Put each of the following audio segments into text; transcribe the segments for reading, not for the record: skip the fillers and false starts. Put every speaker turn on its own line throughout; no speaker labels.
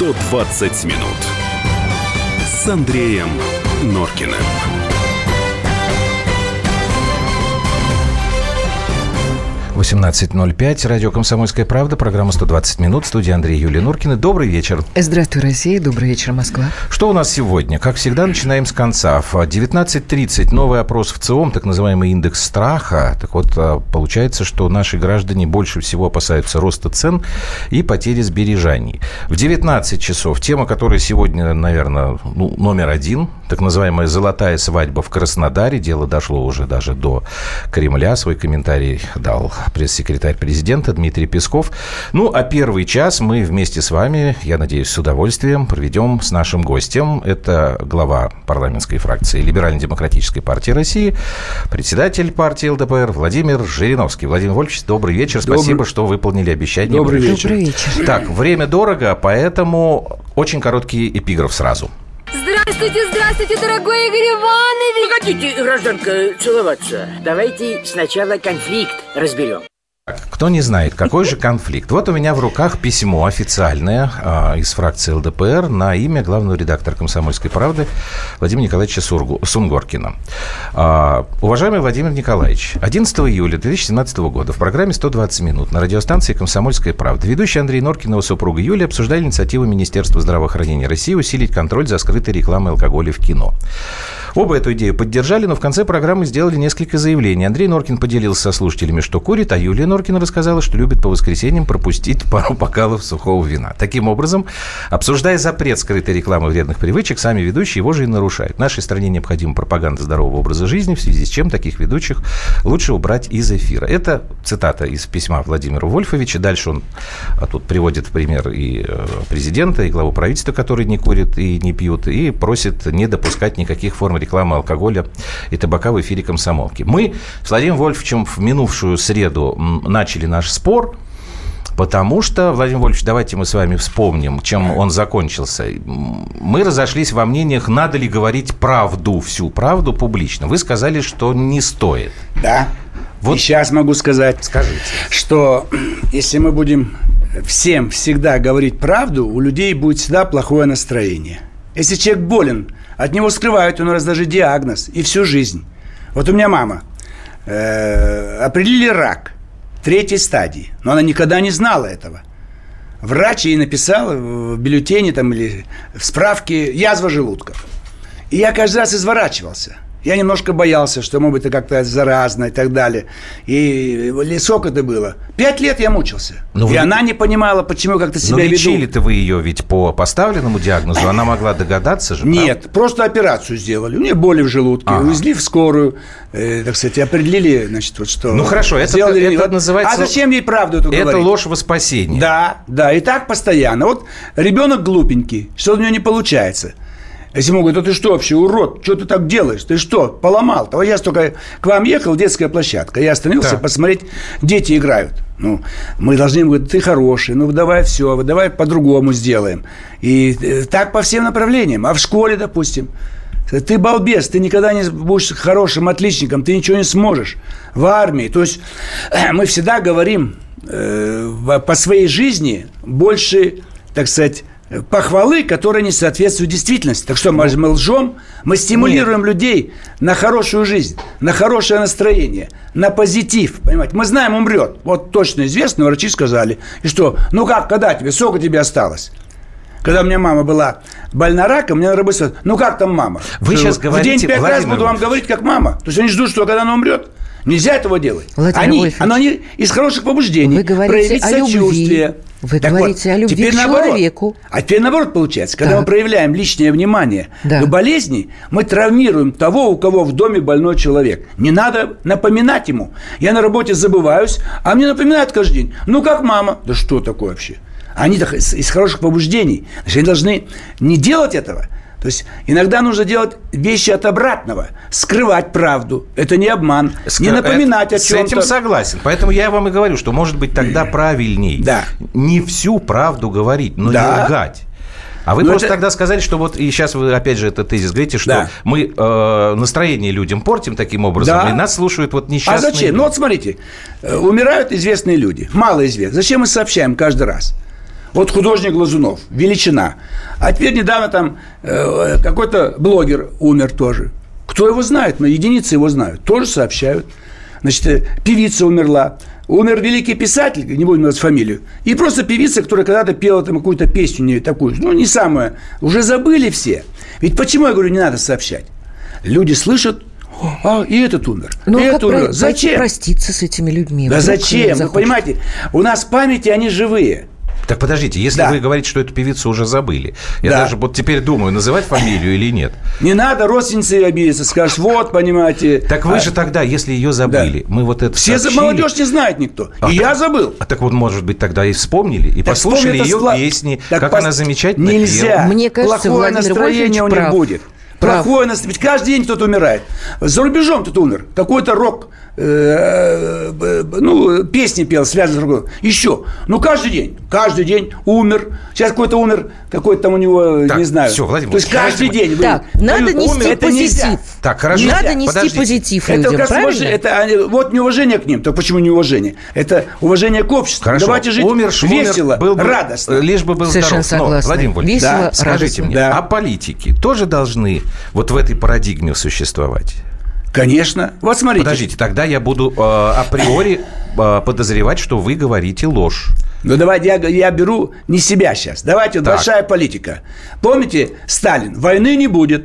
120 минут с Андреем Норкиным.
— 18:05. Радио «Комсомольская правда». Программа «120 минут». В студии Андрей, Юлия Норкины. Добрый вечер.
Здравствуй, Россия. Добрый вечер, Москва.
Что у нас сегодня? Как всегда, начинаем с конца. В 19:30 новый опрос в ЦИОМ, так называемый индекс страха. Так вот, получается, что наши граждане больше всего опасаются роста цен и потери сбережений. В 19 часов тема, которая сегодня, наверное, номер один, так называемая «золотая свадьба» в Краснодаре. Дело дошло уже даже до Кремля. Свой комментарий дал пресс-секретарь президента Дмитрий Песков. Ну, а первый час мы вместе с вами, я надеюсь, с удовольствием проведем с нашим гостем. Это глава парламентской фракции Либерально-демократической партии России, председатель партии ЛДПР Владимир Жириновский. Владимир Вольфович, добрый вечер. Спасибо, что выполнили обещание.
Добрый вечер.
Так, время дорого, поэтому очень короткий эпиграф сразу.
Здравствуйте, здравствуйте, дорогой Игорь Иванович!
Погодите, гражданка, целоваться. Давайте сначала конфликт разберем.
Кто не знает, какой же конфликт? Вот у меня в руках письмо официальное из фракции ЛДПР на имя главного редактора «Комсомольской правды» Владимира Николаевича Сунгоркина. Уважаемый Владимир Николаевич, 11 июля 2017 года в программе «120 минут» на радиостанции «Комсомольская правда» ведущий Андрей Норкин и его супруга Юлия обсуждали инициативу Министерства здравоохранения России усилить контроль за скрытой рекламой алкоголя в кино. Оба эту идею поддержали, но в конце программы сделали несколько заявлений. Андрей Норкин поделился со слушателями, что курит, а Юлия Норкина рассказала, что любит по воскресеньям пропустить пару бокалов сухого вина. Таким образом, обсуждая запрет скрытой рекламы вредных привычек, сами ведущие его же и нарушают. В нашей стране необходима пропаганда здорового образа жизни, в связи с чем таких ведущих лучше убрать из эфира. Это цитата из письма Владимира Вольфовича. Дальше он тут приводит в пример и президента, и главу правительства, которые не курят и не пьют, и просит не допускать никаких форм рекламы алкоголя и табака в эфире «Комсомолки». Мы с Владимиром Вольфовичем в минувшую среду начали наш спор, потому что, Владимир Вольфович, давайте мы с вами вспомним, чем он закончился. Мы разошлись во мнениях, надо ли говорить правду, всю правду публично. Вы сказали, что не стоит.
Да. Вот. И сейчас могу сказать,
скажите,
что если мы будем всем всегда говорить правду, у людей будет всегда плохое настроение. Если человек болен, от него скрывают, у нас даже диагноз и всю жизнь. Вот у меня мама определили рак 3-й стадии, но она никогда не знала этого. Врач ей написал в бюллетене там, или в справке язва желудка. И я каждый раз изворачивался. Я немножко боялся, что, может быть, это как-то заразно и так далее. И сколько это было? 5 лет я мучился. И она не понимала, почему как-то себя веду.
Но лечили-то вы ее ведь по поставленному диагнозу, она могла догадаться же,
Нет,
правда?
Просто операцию сделали. У нее боли в желудке, увезли в скорую, так сказать, определили, значит, вот что...
Ну, хорошо, это называется...
А зачем ей правду эту говорить?
Это ложь во спасение.
Да, и так постоянно. Вот ребенок глупенький, что у него не получается. Если ему говорят, ты что вообще, урод, что ты так делаешь? Ты что, поломал? Я только к вам ехал, детская площадка. Я остановился посмотреть, дети играют. Мы должны ему говорить, ты хороший, давай все, давай по-другому сделаем. И так по всем направлениям. А в школе, допустим, ты балбес, ты никогда не будешь хорошим отличником, ты ничего не сможешь. В армии. То есть мы всегда говорим по своей жизни больше, так сказать, похвалы, которые не соответствуют действительности. Так что мы лжем, мы стимулируем людей на хорошую жизнь, на хорошее настроение, на позитив. Понимаете? Мы знаем, умрет. Вот точно известно, врачи сказали. И что? Когда тебе? Сколько тебе осталось? Когда у меня мама была больна раком, мне на работе сказали, как там мама?
Вы сейчас говорите,
в день 5 раз буду вам говорить, как мама. То есть они ждут, что когда она умрет, нельзя этого делать. Они из хороших побуждений проявить сочувствие.
Вы говорите о любви к человеку.
А теперь наоборот получается. Когда мы проявляем личное внимание к болезни, мы травмируем того, у кого в доме больной человек. Не надо напоминать ему. Я на работе забываюсь, а мне напоминают каждый день. Как мама? Да что такое вообще? Они из хороших побуждений. Значит, они должны не делать этого. То есть иногда нужно делать вещи от обратного. Скрывать правду. Это не обман. Не напоминать о чем-то.
С этим согласен. Поэтому я вам и говорю, что, может быть, тогда правильней не всю правду говорить, но не лгать. А вы просто тогда сказали, что вот, и сейчас вы опять же этот тезис говорите, что мы настроение людям портим таким образом, и нас слушают вот несчастные люди.
Смотрите, умирают известные люди, малоизвестные. Зачем мы сообщаем каждый раз? Вот художник Глазунов, величина. А теперь недавно там какой-то блогер умер тоже. Кто его знает? Но единицы его знают. Тоже сообщают. Значит, певица умерла. Умер великий писатель, не будем называть фамилию. И просто певица, которая когда-то пела там какую-то песню не такую. Ну, не самую. Уже забыли все. Ведь почему я говорю, не надо сообщать? Люди слышат, и этот умер,
ну,
и этот умер. Зачем?
Проститься с этими людьми?
Да зачем? Вы понимаете, у нас в памяти они живые.
Так подождите, если вы говорите, что эту певицу уже забыли, я даже вот теперь думаю, называть фамилию или нет.
Не надо, родственницы обидятся, скажешь, вот, понимаете.
Так вы же тогда, если ее забыли, мы вот это
все
сообщили.
Молодежь не знает никто, и я забыл.
Так вот, может быть, тогда и вспомнили, и послушали ее песни, как она замечательно пела.
Нельзя,
мне кажется,
плохое настроение у них будет. Плохое настроение, ведь каждый день кто-то умирает. За рубежом кто-то умер, какой-то рок, песни пел, связанные с другом. Еще. Каждый день умер. Сейчас какой-то умер, какой-то там у него,
так,
не знаю.
Все, Владимир,
то есть каждый день.
Так, надо нести позитив.
Так, хорошо.
Надо нести позитив людям,
это,
правильно?
Это вот неуважение к ним. Так почему неуважение? Это уважение к обществу.
Хорошо.
Давайте жить весело, радостно.
Лишь бы был
совершенно
здоров.
Согласна.
Владимир Вольфович, скажите мне, а политики тоже должны вот в этой парадигме существовать?
Конечно. Вот смотрите.
Подождите, тогда я буду априори подозревать, что вы говорите ложь.
Ну, давайте я беру не себя сейчас. Давайте, большая политика. Помните, Сталин, войны не будет.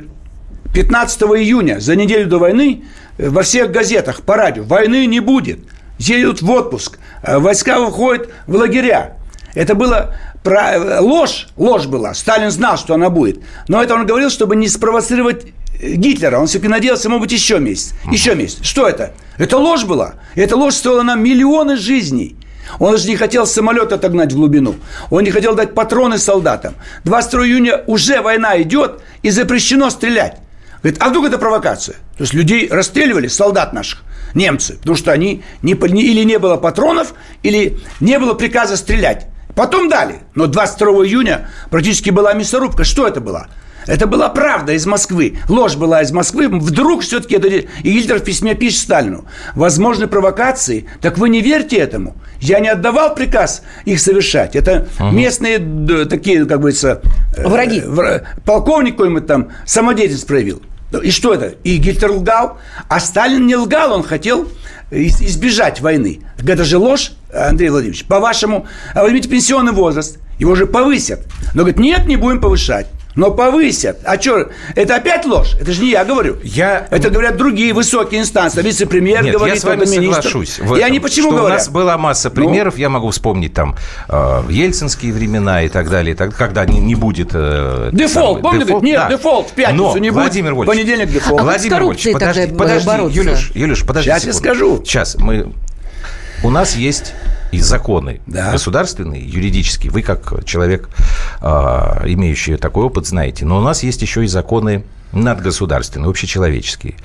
15 июня, за неделю до войны, во всех газетах, по радио, войны не будет. Едут в отпуск, войска выходят в лагеря. Это было ложь была. Сталин знал, что она будет. Но это он говорил, чтобы не спровоцировать Гитлера. Он все-таки надеялся, может быть, еще месяц. Еще месяц. Что это? Это ложь была. Эта ложь стоила нам миллионы жизней. Он даже не хотел самолет отогнать в глубину. Он не хотел дать патроны солдатам. 22 июня уже война идет, и запрещено стрелять. Говорит, а вдруг это провокация? То есть людей расстреливали, солдат наших, немцы, потому что они или не было патронов, или не было приказа стрелять. Потом дали. Но 22 июня практически была мясорубка. Что это было? Это была правда из Москвы. Ложь была из Москвы. Вдруг все-таки это... И Гитлер в письме пишет Сталину. Возможны провокации. Так вы не верьте этому. Я не отдавал приказ их совершать. Это местные такие, как говорится...
Враги.
Полковник какой-нибудь там самодеятельность проявил. И что это? И Гитлер лгал. А Сталин не лгал. Он хотел избежать войны. Так это же ложь, Андрей Владимирович. По-вашему, возьмите пенсионный возраст. Его же повысят. Но говорит, нет, не будем повышать. Но повысят. А что, это опять ложь? Это же не я говорю. Это говорят другие высокие инстанции. Вице-премьер говорит,
я с вами соглашусь.
И они почему говорят?
У нас была масса примеров, я могу вспомнить там ельцинские времена и так далее, когда не будет...
Дефолт, помните? Нет, дефолт в пятницу не будет.
Владимир Вольфович,
понедельник дефолт.
Владимир Вольфович, подожди, Юлюш, подожди.
Сейчас я скажу.
Сейчас у нас есть и законы государственные, юридические. Вы, как человек, имеющий такой опыт, знаете. Но у нас есть еще и законы надгосударственные, общечеловеческие.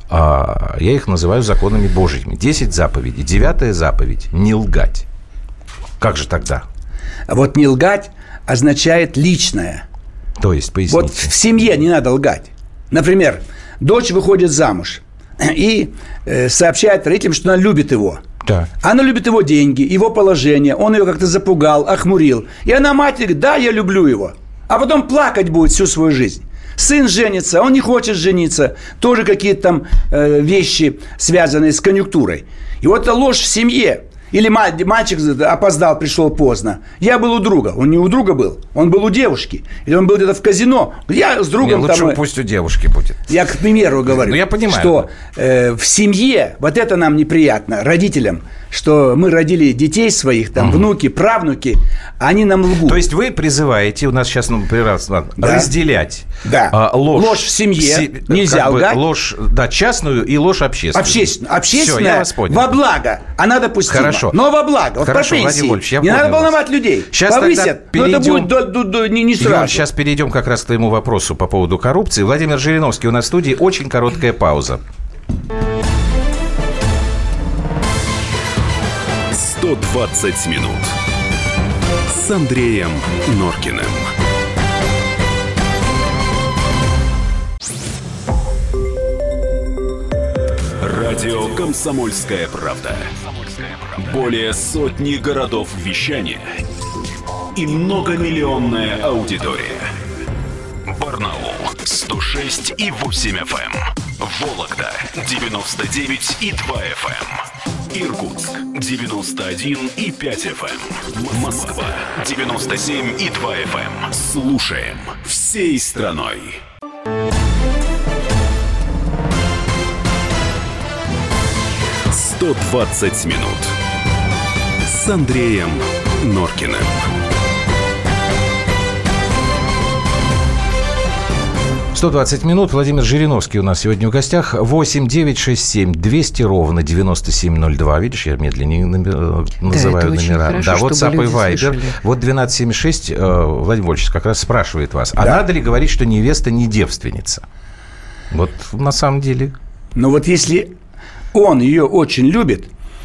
Я их называю законами Божьими. 10 заповедей. 9-я заповедь – не лгать. Как же тогда?
Вот не лгать означает личное.
То есть, поясните.
Вот в семье не надо лгать. Например, дочь выходит замуж и сообщает родителям, что она любит его.
Да.
Она любит его деньги, его положение. Он ее как-то запугал, охмурил. И она матери говорит, да, я люблю его. А потом плакать будет всю свою жизнь. Сын женится, он не хочет жениться. Тоже какие-то там вещи, связанные с конъюнктурой. И вот это ложь в семье. Или мальчик опоздал, пришел поздно. Я был у друга. Он не у друга был. Он был у девушки. Или он был где-то в казино. Я с другом...
Лучше там, пусть у девушки будет.
Я, к примеру, говорю.
Я понимаю.
Что в семье, вот это нам неприятно, родителям, что мы родили детей своих, там, внуки, правнуки, они нам лгут.
То есть вы призываете, у нас сейчас, например, разделять
ложь в семье, нельзя лгать.
Ложь, частную и ложь общественную.
Общественная
Все, я вас понял.
Во благо, она допустима.
Хорошо.
Но во благо. Вот
хорошо,
по пенсии.
Владимир,
не надо волновать людей.
Сейчас
повысят, но это будет не сразу.
Юр, сейчас перейдем как раз к твоему вопросу по поводу коррупции. Владимир Жириновский у нас в студии. Очень короткая пауза.
120 минут с Андреем Норкиным. Радио «Комсомольская правда». Более сотни городов вещания и многомиллионная аудитория. Барнаул 106,8 FM. Вологда 99,2 FM. Иркутск 91,5 FM. Москва 97,2 FM. Слушаем всей страной. «120 минут» с Андреем Норкиным.
«120 минут». Владимир Жириновский у нас сегодня в гостях. 8 9 6 7 200 ровно 9702. Видишь, я медленнее называю номера.
Хорошо,
да, WhatsApp и Viber. Вот 1276 Владимир Вольфович как раз спрашивает вас. А надо ли говорить, что невеста не девственница? Вот на самом деле.
Но вот если он ее очень любит,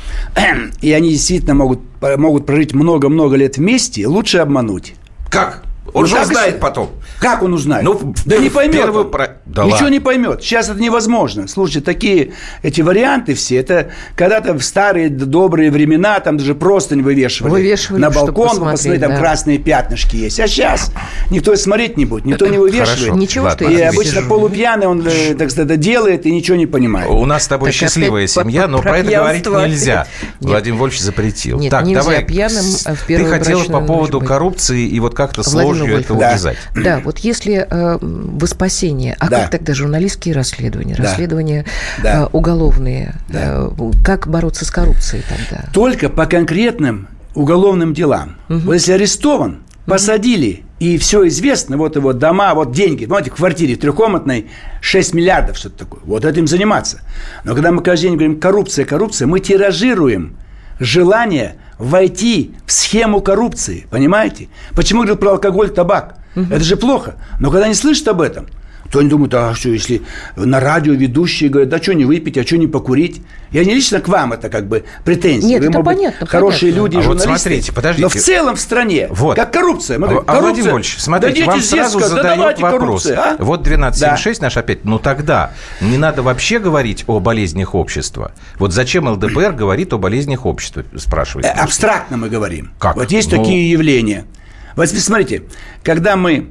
и они действительно могут прожить много-много лет вместе, лучше обмануть.
Как? Он же узнает потом.
Как он узнает?
Ну,
да не поймет.
Да
ничего не поймет. Сейчас это невозможно. Слушайте, такие эти варианты все, это когда-то в старые добрые времена там даже простынь вывешивали на балкон, посмотреть, там красные пятнышки есть. А сейчас никто смотреть не будет, никто не вывешивает.
Хорошо.
Ничего,
ладно,
что
и
я
обычно
сижу.
Полупьяный он, так сказать, это делает и ничего не понимает.
У нас с тобой
Так
счастливая
опять
семья, но про это говорить
пьянство.
нельзя.
Нет.
Владимир Вольфович запретил.
Нет,
так,
нельзя
давай.
пьяным в
Ты
первую
хотела по
брачную
поводу
ночь быть.
коррупции и вот как-то с
Владимир
ложью это
Вольфович.
увязать.
Да, вот если во спасение, а как тогда журналистские расследования, расследования уголовные, как бороться с коррупцией тогда?
Только по конкретным уголовным делам. Вот если арестован, посадили, и все известно, вот его дома, вот деньги, знаете, в квартире трехкомнатной 6 миллиардов, что-то такое. Вот этим заниматься. Но когда мы каждый день говорим коррупция, мы тиражируем желание войти в схему коррупции, понимаете? Почему говорил про алкоголь, табак? Это же плохо. Но когда они слышат об этом, то они думают, а что, если на радио ведущие говорят, да что не выпить, а что не покурить? Я не лично к вам, это как бы претензии.
Нет,
вы,
это
может быть,
понятно,
хорошие люди,
А вот
журналисты.
смотрите, подождите.
Но в целом в стране,
Вот.
как коррупция. Мы говорим,
Владимир
коррупция,
Вольфович, смотрите,
да
вам
дети с
сразу
детства, да
задают
давайте
вопрос.
коррупция, а?
Вот 1276 наш опять. Ну тогда не надо вообще говорить о болезнях общества. Вот зачем ЛДПР говорит о болезнях общества, спрашивает.
Абстрактно мы говорим.
Как?
Вот есть такие явления. Вот смотрите, когда мы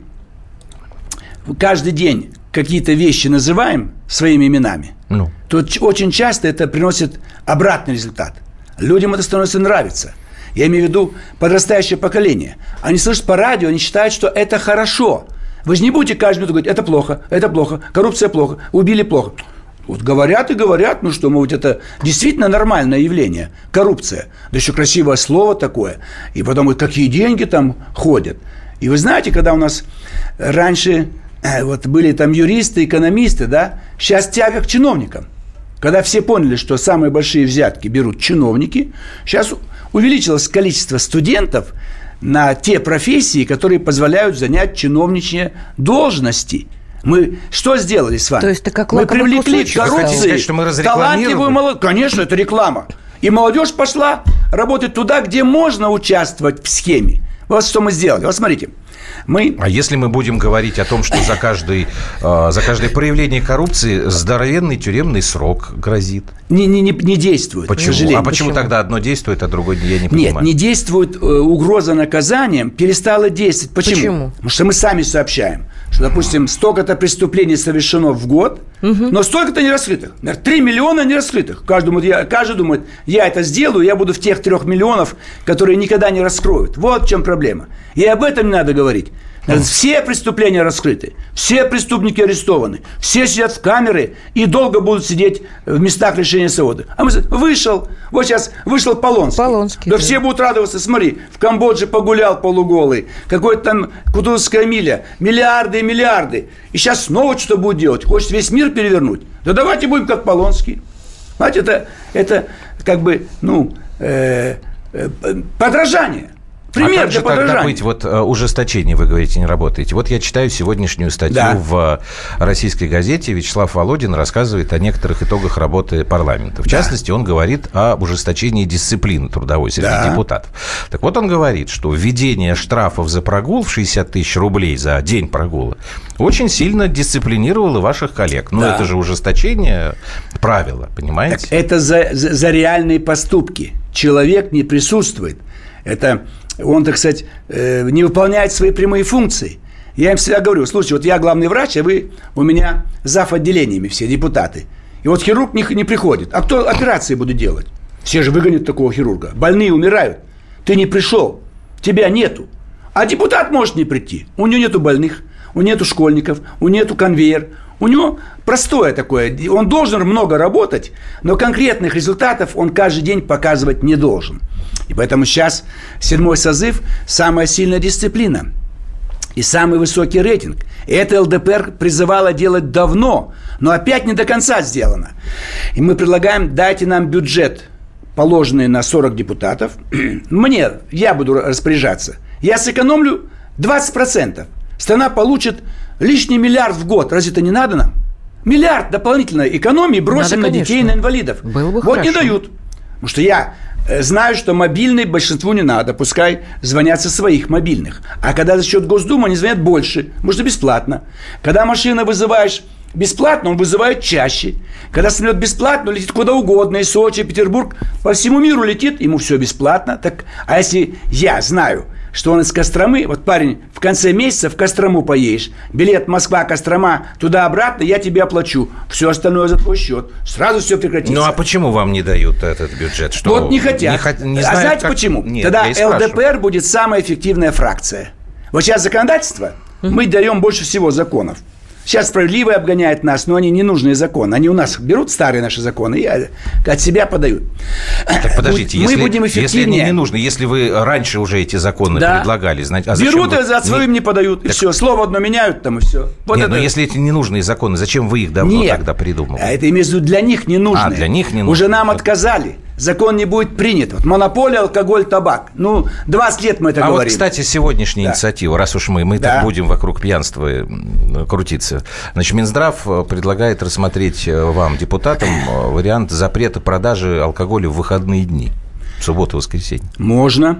каждый день какие-то вещи называем своими именами, то очень часто это приносит обратный результат. Людям это становится нравиться. Я имею в виду подрастающее поколение. Они слышат по радио, они считают, что это хорошо. Вы же не будете каждую минуту говорить, это плохо, коррупция плохо, убили плохо. Вот говорят и говорят, ну что, может, это действительно нормальное явление, коррупция. Да еще красивое слово такое. И потом, вот какие деньги там ходят. И вы знаете, когда у нас раньше вот были там юристы, экономисты, да, сейчас тяга к чиновникам. Когда все поняли, что самые большие взятки берут чиновники, сейчас увеличилось количество студентов на те профессии, которые позволяют занять чиновничьи должности. Мы что сделали с вами?
То есть, как
мы привлекли к коррупции талантливую молодежь. Конечно, это реклама. И молодежь пошла работать туда, где можно участвовать в схеме. Вот что мы сделали. Вот смотрите.
А если мы будем говорить о том, что за каждое проявление коррупции здоровенный тюремный срок грозит?
Не действует.
Почему? А почему тогда одно действует, а другое я не понимаю?
Нет, не действует угроза наказанием, перестала действовать. Почему? Потому что мы сами сообщаем, что, допустим, столько-то преступлений совершено в год, но столько-то не раскрытых. 3 миллиона не раскрытых. Каждый думает, я это сделаю, я буду в тех 3 миллионов, которые никогда не раскроют. Вот в чем проблема. И об этом не надо говорить. Все преступления раскрыты, все преступники арестованы, все сидят в камеры и долго будут сидеть в местах лишения свободы. А мы вышел, вот сейчас вышел Полонский. Да все будут радоваться, смотри, в Камбодже погулял полуголый, какой-то там Кутузовская миля, миллиарды и миллиарды. И сейчас снова что-то будет делать, хочет весь мир перевернуть. Да давайте будем как Полонский. Знаете, это как бы, подражание. Пример
как же
для подражания.
Тогда быть, вот ужесточение, вы говорите, не работаете. Вот я читаю сегодняшнюю статью в российской газете. Вячеслав Володин рассказывает о некоторых итогах работы парламента. В частности, он говорит о ужесточении дисциплины трудовой среди депутатов. Так вот, он говорит, что введение штрафов за прогул в 60 тысяч рублей за день прогула очень сильно дисциплинировало ваших коллег. Но это же ужесточение правила, понимаете?
Так это за реальные поступки. Человек не присутствует. Это он, так сказать, не выполняет свои прямые функции. Я им всегда говорю, слушайте, вот я главный врач, а вы у меня зав. Отделениями все, депутаты. И вот хирург не приходит. А кто операции будет делать? Все же выгонят такого хирурга. Больные умирают. Ты не пришел, тебя нету. А депутат может не прийти. У него нету больных, у него нету школьников, у него нету конвейер. У него простое такое. Он должен много работать, но конкретных результатов он каждый день показывать не должен. И поэтому сейчас 7-й созыв – самая сильная дисциплина и самый высокий рейтинг. И это ЛДПР призывало делать давно, но опять не до конца сделано. И мы предлагаем, дайте нам бюджет, положенный на 40 депутатов. Я буду распоряжаться. Я сэкономлю 20%. Страна получит лишний миллиард в год. Разве это не надо нам? Миллиард дополнительной экономии бросим на детей, на инвалидов.
Было бы
вот
хорошо.
Не дают. Потому что я знаю, что мобильный большинству не надо. Пускай звонят со своих мобильных. А когда за счет Госдумы они звонят больше. Может, и бесплатно. Когда машину вызываешь бесплатно, он вызывает чаще. Когда самолет бесплатно, он летит куда угодно. Из Сочи, Петербург, по всему миру летит. Ему все бесплатно. Так, а если я знаю, что он из Костромы, вот парень, в конце месяца в Кострому поедешь, билет Москва-Кострома, туда-обратно, я тебе оплачу. Все остальное за твой счет. Сразу все прекратится.
Ну, а почему вам не дают этот бюджет? Что
вот не хотят.
Не знают,
знаете
как...
почему?
Нет,
тогда ЛДПР будет самая эффективная фракция. Вот сейчас законодательство, мы даем больше всего законов. Сейчас справедливые обгоняют нас, но они ненужные законы. Они у нас берут старые наши законы и от себя подают.
Так подождите,
мы будем эффективнее.
Если они не нужны, если вы раньше уже эти законы предлагали, а
берут и от своим не подают, и все. Слово одно меняют там, и все. Вот
нет, но если эти ненужные законы, зачем вы их давно тогда придумали?
А это имеется в виду для них ненужные.
Для них ненужные.
Уже нам отказали. Закон не будет принят. Вот монополия, алкоголь, табак. 20 лет мы это говорим.
А вот, кстати, сегодняшняя инициатива, раз уж мы так будем вокруг пьянства крутиться. Значит, Минздрав предлагает рассмотреть вам, депутатам, вариант запрета продажи алкоголя в выходные дни. В субботу и воскресенье. Можно.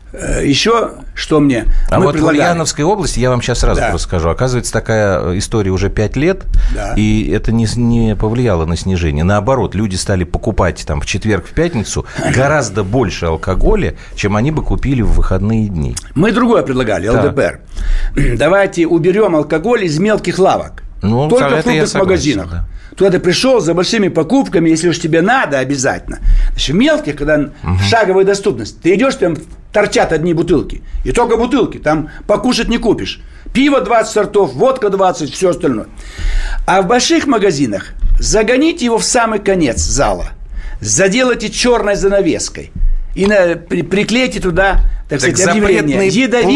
Еще что мне?
А вот в Ульяновской области, я вам сейчас сразу расскажу, оказывается, такая история уже 5 лет, и это не повлияло на снижение. Наоборот, люди стали покупать там в четверг, в пятницу гораздо больше алкоголя, чем они бы купили в выходные дни.
Мы другое предлагали, ЛДПР. Давайте уберем алкоголь из мелких лавок. Только в крупных магазинах. Туда ты пришел за большими покупками, если уж тебе надо, обязательно. Значит, в мелких, когда шаговая доступность, ты идешь, там торчат одни бутылки. И только бутылки, там покушать не купишь. Пиво 20 сортов, водка 20, все остальное. А в больших магазинах загоните его в самый конец зала, заделайте черной занавеской и приклейте туда, так сказать, объявление.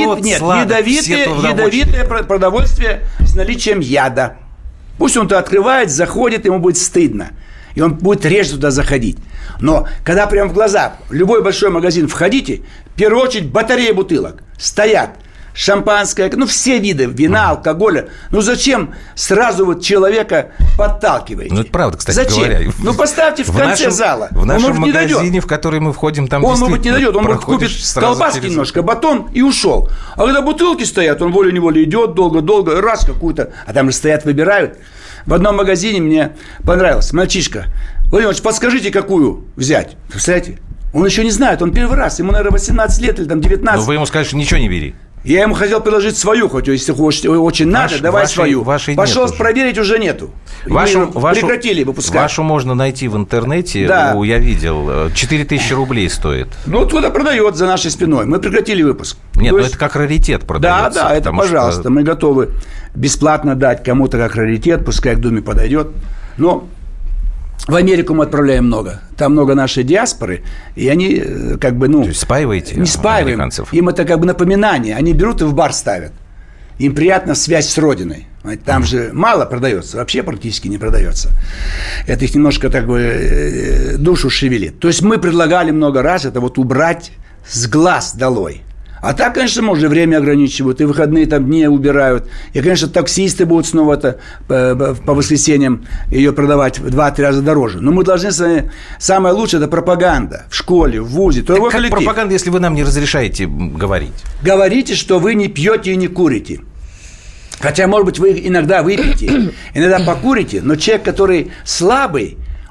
Ядовитое продовольствие с наличием яда. Пусть он-то открывает, заходит, ему будет стыдно. И он будет реже туда заходить. Но когда прямо в глаза, в любой большой магазин входите, в первую очередь батареи бутылок стоят. Шампанское, все виды вина, алкоголя. Зачем сразу вот человека подталкиваете?
Это правда, кстати
зачем?
говоря.
Поставьте в конце зала.
В нашем магазине, в который мы входим, там
он, может быть, не дойдет. Он, может, купит колбаски немножко, батон и ушел. А когда бутылки стоят, он волей-неволей идет долго-долго, раз какую-то. А там же стоят, выбирают. В одном магазине мне понравилось. Мальчишка. Владимир Ильич, подскажите, какую взять? Представляете? Он еще не знает, он первый раз. Ему, наверное, 18 лет или там 19.
Но вы ему скажете, ничего не бери.
Я ему хотел предложить свою, хоть если очень надо, давай свою. Пошел проверить, уже нету. Прекратили выпускать.
Вашу можно найти в интернете, я видел, 4000 рублей стоит.
Туда продает за нашей спиной. Мы прекратили выпуск.
Нет, это как раритет продается.
Да, это пожалуйста. Мы готовы бесплатно дать кому-то как раритет, пускай к Думе подойдет. Но в Америку мы отправляем много. Там много нашей диаспоры, и они То есть
спаиваете
не спаиваем.
Американцев?
Им это напоминание. Они берут и в бар ставят. Им приятна связь с родиной. Там же мало продается, вообще практически не продается. Это их немножко душу шевелит. То есть мы предлагали много раз это убрать с глаз долой. А так, конечно, можно время ограничивают, и выходные там дни убирают. И, конечно, таксисты будут снова по воскресеньям ее продавать в 2-3 раза дороже. Но мы должны самое лучшее – это пропаганда в школе, в вузе.
Так как пропаганда, если вы нам не разрешаете говорить?
Говорите, что вы не пьете и не курите. Хотя, может быть, вы иногда выпьете, иногда покурите, но человек, который слабый,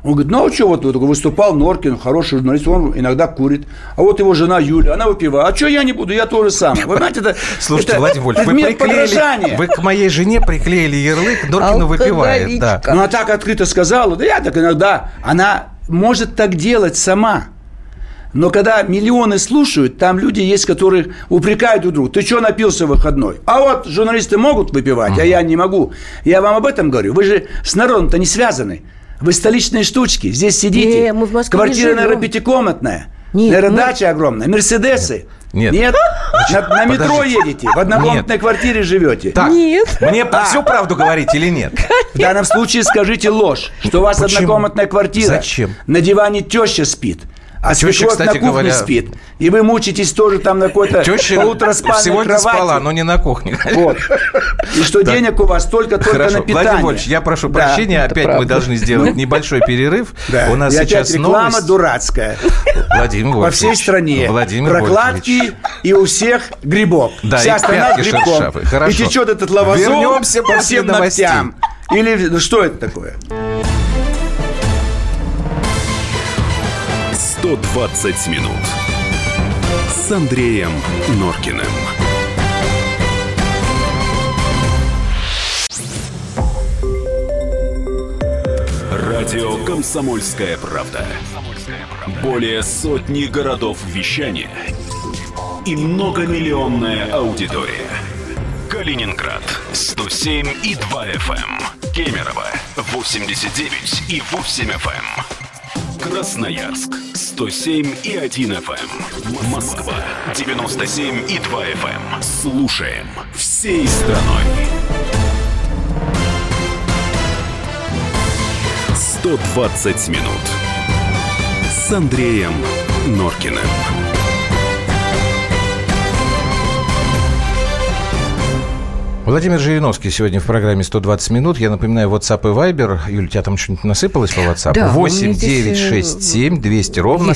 Он говорит, ну, а что, вот выступал Норкин, хороший журналист, он иногда курит. А вот его жена Юля, она выпивает. А что я не буду, я тоже сам. Вы понимаете, это
Слушайте, Владимир Вольфович, вы к моей жене приклеили ярлык, Норкина выпивает. Да.
Ну, она так открыто сказала, да я так иногда. Она может так делать сама. Но когда миллионы слушают, там люди есть, которые упрекают друг друга. Ты что напился в выходной? А вот журналисты могут выпивать, а я не могу. Я вам об этом говорю. Вы же с народом-то не связаны. Вы столичные штучки. Здесь сидите. Квартира, наверное, пятикомнатная. Наверное, дача огромная. Мерседесы. Нет? На метро едете, в однокомнатной квартире живете.
Так, нет. Мне всю правду говорить или нет?
В данном случае скажите ложь, что у вас однокомнатная квартира.
Зачем?
На диване теща спит. А
теща,
свекровь на кухне спит. И вы мучитесь тоже там на какой-то полутораспальной
сегодня
кровати.
Спала, но не на кухне.
Вот. И что денег у вас только на питание.
Владимир Вольфович, я прошу прощения, опять мы должны сделать небольшой перерыв. У нас сейчас
реклама дурацкая.
Владимир Вольфович.
По всей стране. Прокладки и у всех грибок.
Да,
вся страна грибком.
И
течет этот лавазол по всем ногтям. Или что это такое?
120 минут с Андреем Норкиным. Радио «Комсомольская правда». Более сотни городов вещания и многомиллионная аудитория. Калининград 107,2 FM, Кемерово 89,8 FM. Красноярск 107,1 FM. Москва 97,2 FM. Слушаем всей страной. 120 минут с Андреем Норкиным.
Владимир Жириновский сегодня в программе «120 минут». Я напоминаю, WhatsApp и Viber. Юль, у тебя там что-нибудь насыпалось по WhatsApp?
Да,
8 9 6 7 200 ровно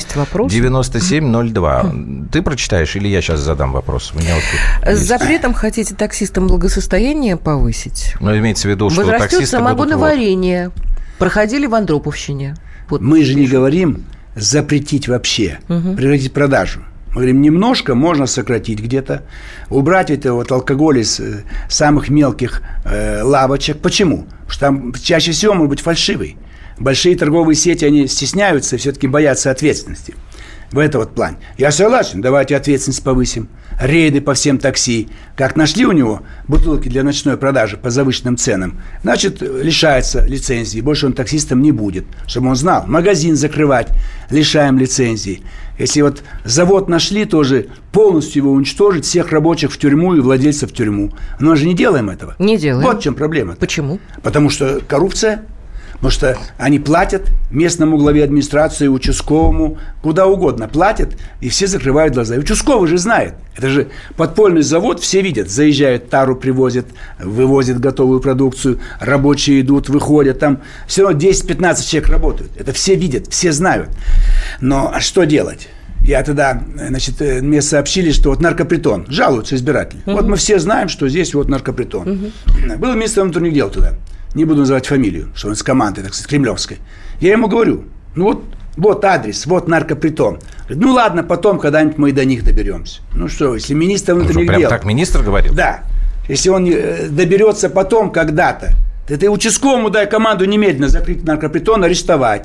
9702. Ты прочитаешь или я сейчас задам вопрос? У меня вот
с запретом хотите таксистам благосостояние повысить?
Ну, имеется в виду, что
возрастет
таксисты
самогоноварение. Проходили в Андроповщине.
Вот. Мы же не говорим запретить вообще, прекратить продажу. Мы говорим, немножко можно сократить где-то, убрать это вот алкоголь из самых мелких лавочек. Почему? Потому что там чаще всего может быть фальшивый. Большие торговые сети, они стесняются, все-таки боятся ответственности. В этом вот плане. Я согласен, давайте ответственность повысим. Рейды по всем такси. Как нашли у него бутылки для ночной продажи по завышенным ценам, значит, лишается лицензии. Больше он таксистом не будет. Чтобы он знал. Магазин закрывать, лишаем лицензии. Если вот завод нашли, тоже полностью его уничтожить, всех рабочих в тюрьму и владельцев в тюрьму. Но мы же не делаем этого.
Не делаем.
Вот в чем проблема.
Почему?
Потому что коррупция. Потому что они платят местному главе администрации, участковому, куда угодно платят, и все закрывают глаза. И участковый же знает. Это же подпольный завод, все видят. Заезжают, тару привозят, вывозят готовую продукцию, рабочие идут, выходят. Там все равно 10-15 человек работают. Это все видят, все знают. Но что делать? Я тогда, значит, мне сообщили, что вот наркопритон. Жалуются избиратели. Вот мы все знаем, что здесь вот наркопритон. Был министр внутренних дел туда. Не буду называть фамилию, что он с командой, так сказать, кремлевской. Я ему говорю, ну вот адрес, вот наркопритон. Говорит, ну ладно, потом когда-нибудь мы и до них доберемся. Ну что, если министр внутренних дел...
Прям так министр говорил?
Да. Если он доберется потом когда-то, то ты участковому дай команду немедленно закрыть наркопритон, арестовать.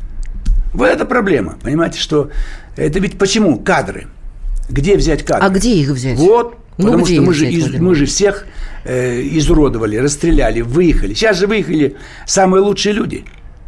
Вот это проблема. Понимаете, что... Это ведь почему? Кадры. Где взять кадры?
А где их взять?
Вот. Потому что мы же всех изуродовали, расстреляли, выехали. Сейчас же выехали самые лучшие люди.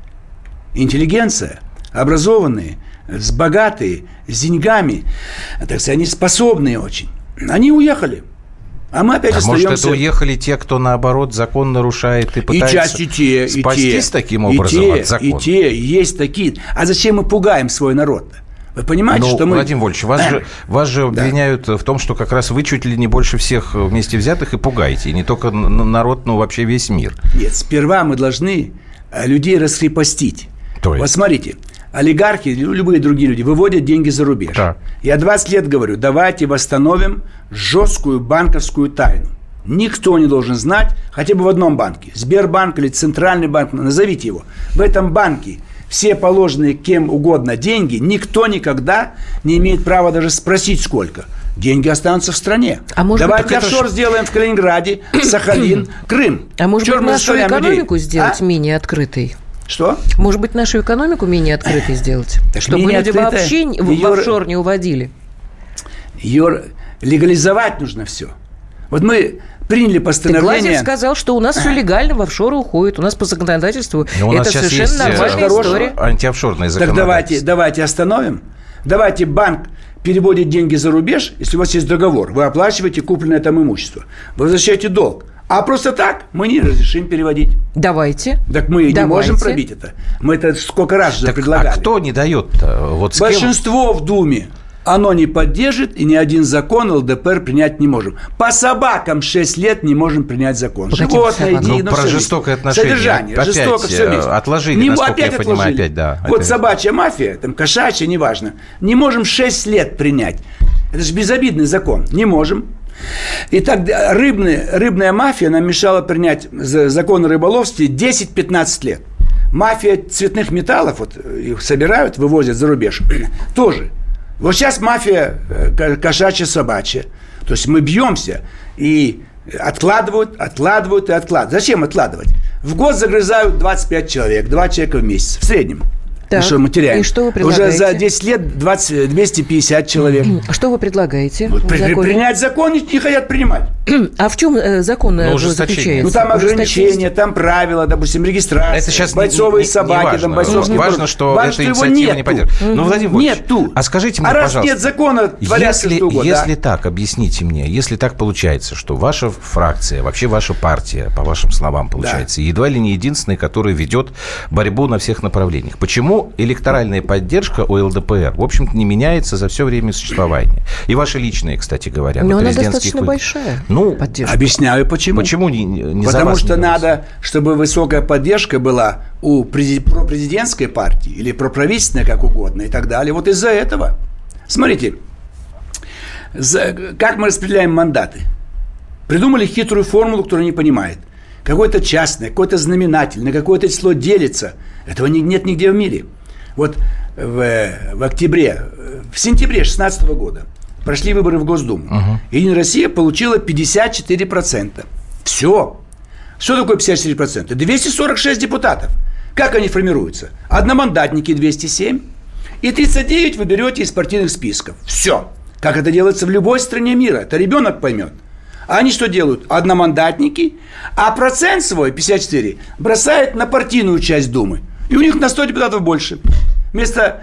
Интеллигенция, образованные, богатые, с деньгами. Так сказать, они способные очень. Они уехали. А мы опять остаемся...
Может, это уехали те, кто, наоборот, закон нарушает и пытается спастись таким образом от закона?
И те, есть такие. А зачем мы пугаем свой народ-то? Вы понимаете, что мы...
Владимир Вольфович, вас же обвиняют в том, что как раз вы чуть ли не больше всех вместе взятых и пугаете. И не только народ, но вообще весь мир.
Нет, сперва мы должны людей раскрепостить. Вот смотрите, олигархи, любые другие люди выводят деньги за рубеж. Да. Я 20 лет говорю, давайте восстановим жесткую банковскую тайну. Никто не должен знать, хотя бы в одном банке. Сбербанк или Центральный банк, назовите его. В этом банке все положенные кем угодно деньги, никто никогда не имеет права даже спросить, сколько. Деньги останутся в стране. Давайте офшор сделаем в Калининграде, Сахалин, Крым.
А может быть, нашу экономику сделать менее открытой?
Что?
Может быть, нашу экономику менее открытой сделать? Чтобы люди вообще в офшор не уводили.
Ее легализовать нужно все. Вот мы приняли постановление...
Глазьев сказал, что у нас все легально, в офшоры уходит. У нас по законодательству это совершенно нормальная история.
Антиофшорное законодательство.
Так давайте остановим. Давайте банк переводит деньги за рубеж, если у вас есть договор. Вы оплачиваете купленное там имущество. Вы возвращаете долг. А просто так мы не разрешим переводить.
Давайте.
Так мы не можем пробить это. Мы это сколько раз уже предлагали.
А кто не дает-то? Вот
большинство в Думе. Оно не поддержит, и ни один закон ЛДПР принять не можем. По собакам 6 лет не можем принять закон. Животные,
про жестокое отношение.
Содержание. Жестоко все вместе.
Отложили, насколько я понимаю, опять, да.
Вот собачья мафия, там кошачья, неважно. Не можем 6 лет принять. Это же безобидный закон. Не можем. Итак, рыбная мафия нам мешала принять закон о рыболовстве 10-15 лет. Мафия цветных металлов, вот их собирают, вывозят за рубеж, тоже. Вот сейчас мафия кошачья, собачья. То есть мы бьемся и откладывают. Зачем откладывать? В год загрызают 25 человек, 2 человека в месяц в среднем.
Так.
Что мы теряем?
И что вы предлагаете?
Уже за 10 лет 250 человек.
Что вы предлагаете?
Вот принять закон не хотят принимать.
А в чем закон заключается?
Ну, там ограничения, там правила, допустим, регистрация.
Это сейчас
бойцовые собаки. Там
важно, что эта инициатива не поддерживает. Ну, Владимир Владимирович,
нету.
А скажите мне,
пожалуйста. А раз нет закона, творятся что угодно.
Если так, объясните мне, если так получается, что ваша фракция, вообще ваша партия, по вашим словам, получается, едва ли не единственная, которая ведет борьбу на всех направлениях. Почему электоральная поддержка у ЛДПР, в общем-то, не меняется за все время существования? И ваша личная, кстати говоря,
на президентских выборах. Но она достаточно большая поддержка.
Объясняю, почему.
Почему не
Потому что надо, чтобы высокая поддержка была у пропрезидентской партии или проправительственной, как угодно, и так далее. Вот из-за этого. Смотрите, как мы распределяем мандаты. Придумали хитрую формулу, которую не понимает. Какой-то частный, какой-то знаменатель, на какое-то число делится. Этого нет нигде в мире. Вот в сентябре 2016 года прошли выборы в Госдуму. Единая Россия получила 54%. Все. Что такое 54%? 246 депутатов. Как они формируются? Одномандатники 207 и 39 вы берете из партийных списков. Все. Как это делается в любой стране мира. Это ребенок поймет. А они что делают? Одномандатники, а процент свой, 54, бросают на партийную часть Думы. И у них на 100 депутатов больше. Вместо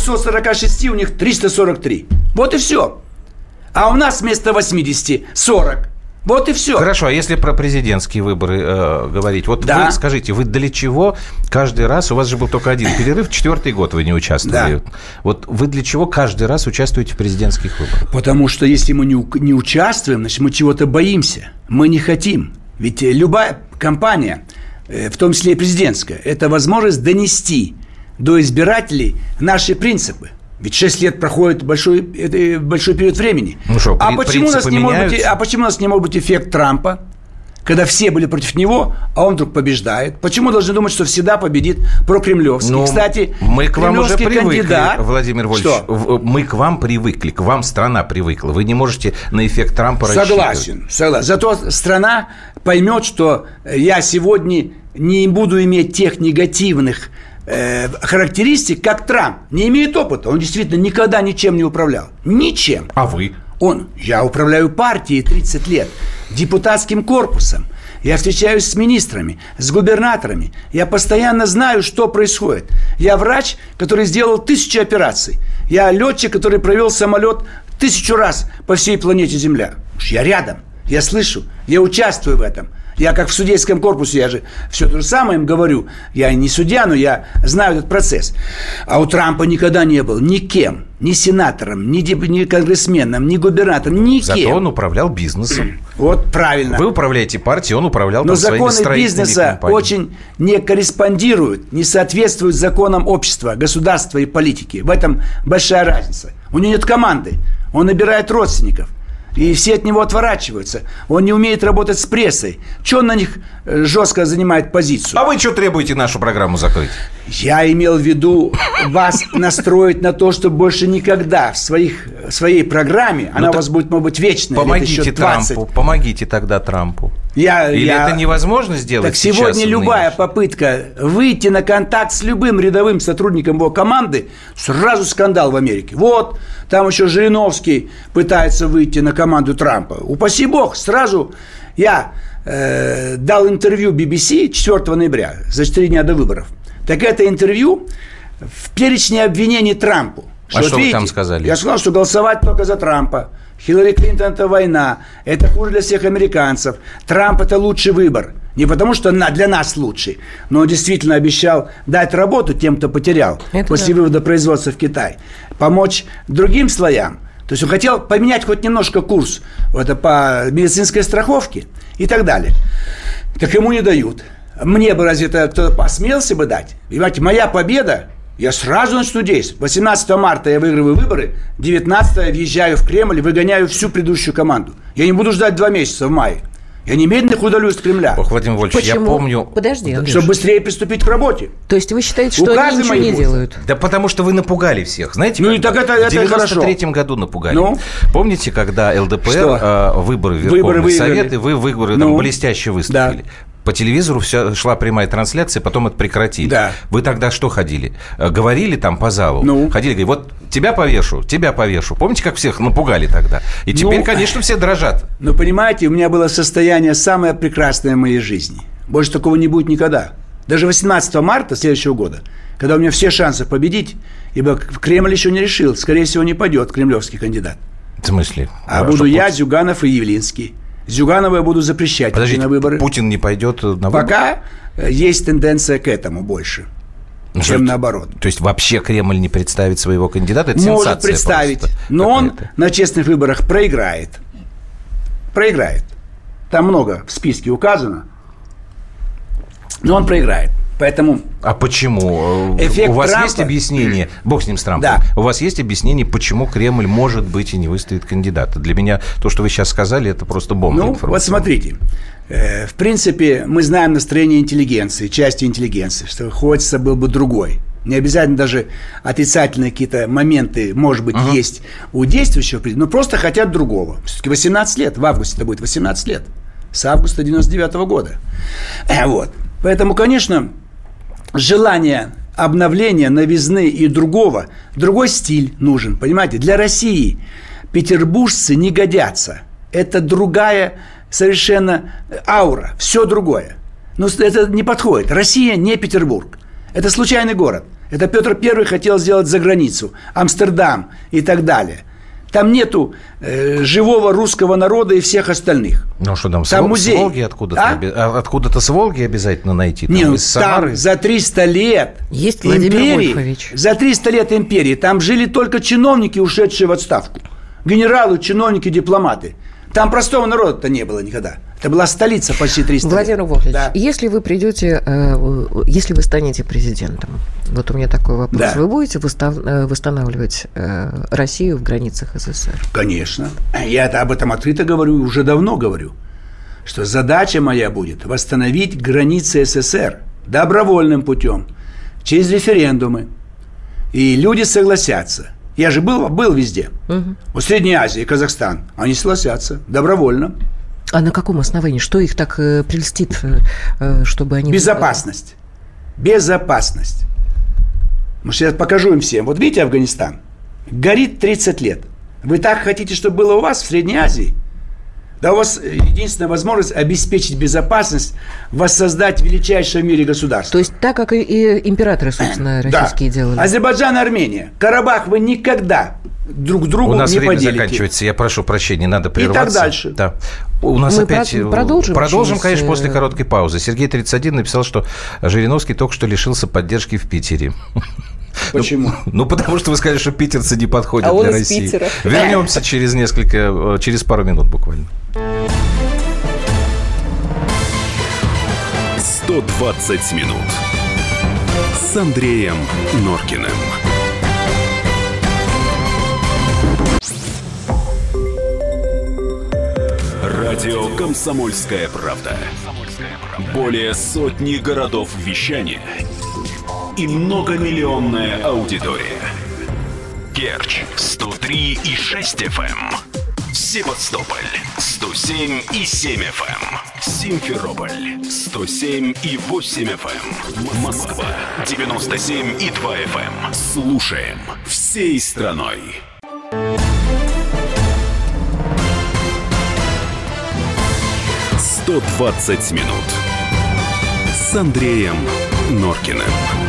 246 у них 343. Вот и все. А у нас вместо 80 40. Вот и все.
Хорошо, а если про президентские выборы говорить, вот вы скажите, вы для чего каждый раз, у вас же был только один перерыв, 4-й год вы не участвовали. Да. Вот вы для чего каждый раз участвуете в президентских выборах? Потому что если мы не участвуем, значит, мы чего-то боимся, мы не хотим. Ведь любая кампания, в том числе и президентская, это возможность донести до избирателей наши принципы. Ведь 6 лет проходит большой период времени. Ну что, почему у нас не может быть эффект Трампа, когда все были против него, а он вдруг побеждает? Почему должны думать, что всегда победит прокремлевский? Ну,
кстати,
мы к вам уже привыкли,
кандидат...
Владимир Вольфович. Мы к вам привыкли, к вам страна привыкла. Вы не можете на эффект Трампа рассчитывать.
Согласен. Зато страна поймет, что я сегодня не буду иметь тех негативных характеристик, как Трамп. Не имеет опыта. Он действительно никогда ничем не управлял. Ничем.
А вы?
Я управляю партией 30 лет, депутатским корпусом. Я встречаюсь с министрами, с губернаторами. Я постоянно знаю, что происходит. Я врач, который сделал 1000 операций. Я летчик, который провел самолет 1000 раз по всей планете Земля. Я рядом. Я слышу. Я участвую в этом. Я как в судейском корпусе, я же все то же самое им говорю. Я не судья, но я знаю этот процесс. А у Трампа никогда не был никем, ни сенатором, ни конгрессменом, ни губернатором, никем.
Зато он управлял бизнесом.
Вот правильно.
Вы управляете партией, он управлял
своими строительными компаниями. Но законы бизнеса очень не корреспондируют, не соответствуют законам общества, государства и политики. В этом большая разница. У него нет команды. Он набирает родственников. И все от него отворачиваются. Он не умеет работать с прессой. Че он на них жестко занимает позицию?
А вы что требуете нашу программу закрыть?
Я имел в виду вас настроить на то, что больше никогда в своей программе, она у вас будет, может быть, вечная.
Помогите Трампу. Помогите тогда Трампу. Это невозможно сделать?
Так сегодня любая попытка выйти на контакт с любым рядовым сотрудником его команды, сразу скандал в Америке. Вот, там еще Жириновский пытается выйти на команду Трампа. Упаси бог, сразу я дал интервью BBC 4 ноября, за 4 дня до выборов. Так это интервью в перечне обвинений Трампу.
Что вы там сказали?
Я сказал, что голосовать только за Трампа. Хиллари Клинтон – это война. Это хуже для всех американцев. Трамп – это лучший выбор. Не потому, что для нас лучший, но он действительно обещал дать работу тем, кто потерял после вывода производства в Китай. Помочь другим слоям. То есть он хотел поменять хоть немножко курс по медицинской страховке и так далее. Так ему не дают. Мне бы разве это кто-то посмелся бы дать? Понимаете, моя победа, я сразу начну действовать. 18 марта я выигрываю выборы, 19 въезжаю в Кремль и выгоняю всю предыдущую команду. Я не буду ждать 2 месяца в мае. Я немедленно их удалю из Кремля.
Ох, Владимир Вольфович, я помню...
Подожди, Андрюш.
Чтобы быстрее приступить к работе.
То есть вы считаете, что они ничего не делают?
Да потому что вы напугали всех. Знаете,
и так это
в 93-м году напугали. Помните, когда ЛДПР выборы в Верховный Совет, и вы там блестяще выступили? Да. По телевизору шла прямая трансляция, потом это прекратили. Да. Вы тогда что ходили? Говорили там по залу? Ходили, говорили, вот тебя повешу. Помните, как всех напугали тогда? И теперь, конечно, все дрожат.
Но понимаете, у меня было состояние самое прекрасное в моей жизни. Больше такого не будет никогда. Даже 18 марта следующего года, когда у меня все шансы победить, ибо Кремль еще не решил, скорее всего, не пойдет кремлевский кандидат.
В смысле?
А буду я, Зюганов и Явлинский. Зюганова я буду запрещать на выборы.
Путин не пойдет на выборы?
Пока есть тенденция к этому больше, чем наоборот.
То есть вообще Кремль не представит своего кандидата? Это
может представить, но он на честных выборах проиграет. Там много в списке указано, но он проиграет. Поэтому...
А почему? У вас есть объяснение, бог с ним с Трампом, у вас есть объяснение, почему Кремль может быть и не выставит кандидата? Для меня то, что вы сейчас сказали, это просто бомба информации.
Вот смотрите, в принципе, мы знаем настроение интеллигенции, части интеллигенции, что хочется был бы другой. Не обязательно даже отрицательные какие-то моменты, может быть, есть у действующего президента, но просто хотят другого. Все-таки 18 лет, в августе это будет 18 лет, с августа 99 года. Вот. Поэтому, конечно... Желание обновления, новизны и другой стиль нужен, понимаете? Для России петербуржцы не годятся. Это другая совершенно аура, все другое. Но это не подходит. Россия не Петербург. Это случайный город. Это Петр I хотел сделать за границу, Амстердам и так далее. Там нету живого русского народа и всех остальных.
Ну что там музей. С Волги откуда-то? Откуда-то с Волги обязательно найти?
Там, там за 300 лет
есть Владимир Вольфович.
За 300 лет империи там жили только чиновники, ушедшие в отставку. Генералы, чиновники, дипломаты. Там простого народа-то не было никогда. Это была столица почти 300 лет.
Владимир Вольфович, если вы придете, если вы станете президентом, вот у меня такой вопрос, вы будете восстанавливать Россию в границах СССР?
Конечно. Я об этом открыто говорю, уже давно говорю, что задача моя будет восстановить границы СССР добровольным путем, через референдумы. И люди согласятся. Я же был везде. В Средней Азии, Казахстан. Они согласятся добровольно.
А на каком основании? Что их так прельстит, чтобы они...
Безопасность. Безопасность. Может, я покажу им всем. Вот видите Афганистан? Горит 30 лет. Вы так хотите, чтобы было у вас в Средней Азии? Да у вас единственная возможность обеспечить безопасность, воссоздать величайшее в мире государство.
То есть так, как и императоры, собственно, российские делали.
Азербайджан и Армения. Карабах вы никогда друг другу не поделите.
У нас время заканчивается. Я прошу прощения, надо прерваться.
И так дальше.
Да. У нас
мы
опять... Продолжим, конечно, после короткой паузы. Сергей 31 написал, что Жириновский только что лишился поддержки в Питере.
Почему?
Ну, потому что вы сказали, что питерцы не подходят для России. Питера. Вернемся через пару минут буквально.
120 минут с Андреем Норкиным. Радио «Комсомольская правда». Более сотни городов вещания и многомиллионная аудитория. Керчь 103,6 FM. Севастополь 107,7 FM. Симферополь 107,8 FM. Москва 97,2 FM. Слушаем всей страной. «120 минут» с Андреем Норкиным.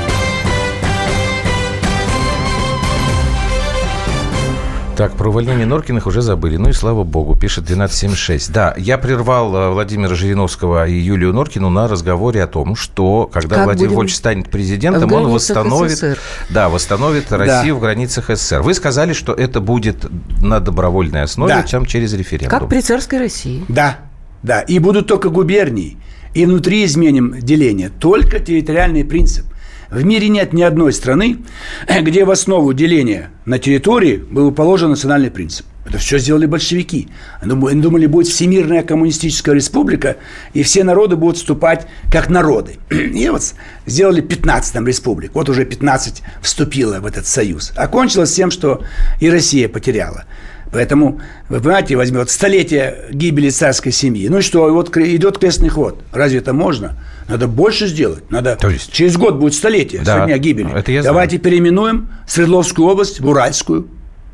Так, про увольнение Норкиных уже забыли. Ну и слава богу, пишет 1276. Да, я прервал Владимира Жириновского и Юлию Норкину на разговоре о том, что когда Владимир Вольфович станет президентом, он восстановит Россию в границах СССР. Вы сказали, что это будет на добровольной основе, чем через референдум.
Как при царской России.
Да. И будут только губернии. И внутри изменим деление. Только территориальный принцип. В мире нет ни одной страны, где в основу деления на территории был положен национальный принцип. Это все сделали большевики. Они думали, будет всемирная коммунистическая республика, и все народы будут вступать как народы. И вот сделали 15-м республику. Вот уже 15 вступило в этот союз. Окончилось тем, что и Россия потеряла. Поэтому, вы понимаете, возьмет столетие гибели царской семьи. Ну и что, вот идет крестный ход. Разве это можно? Надо больше сделать. Надо. Через год будет столетие со дня гибели. Давайте переименуем Свердловскую область в Уральскую.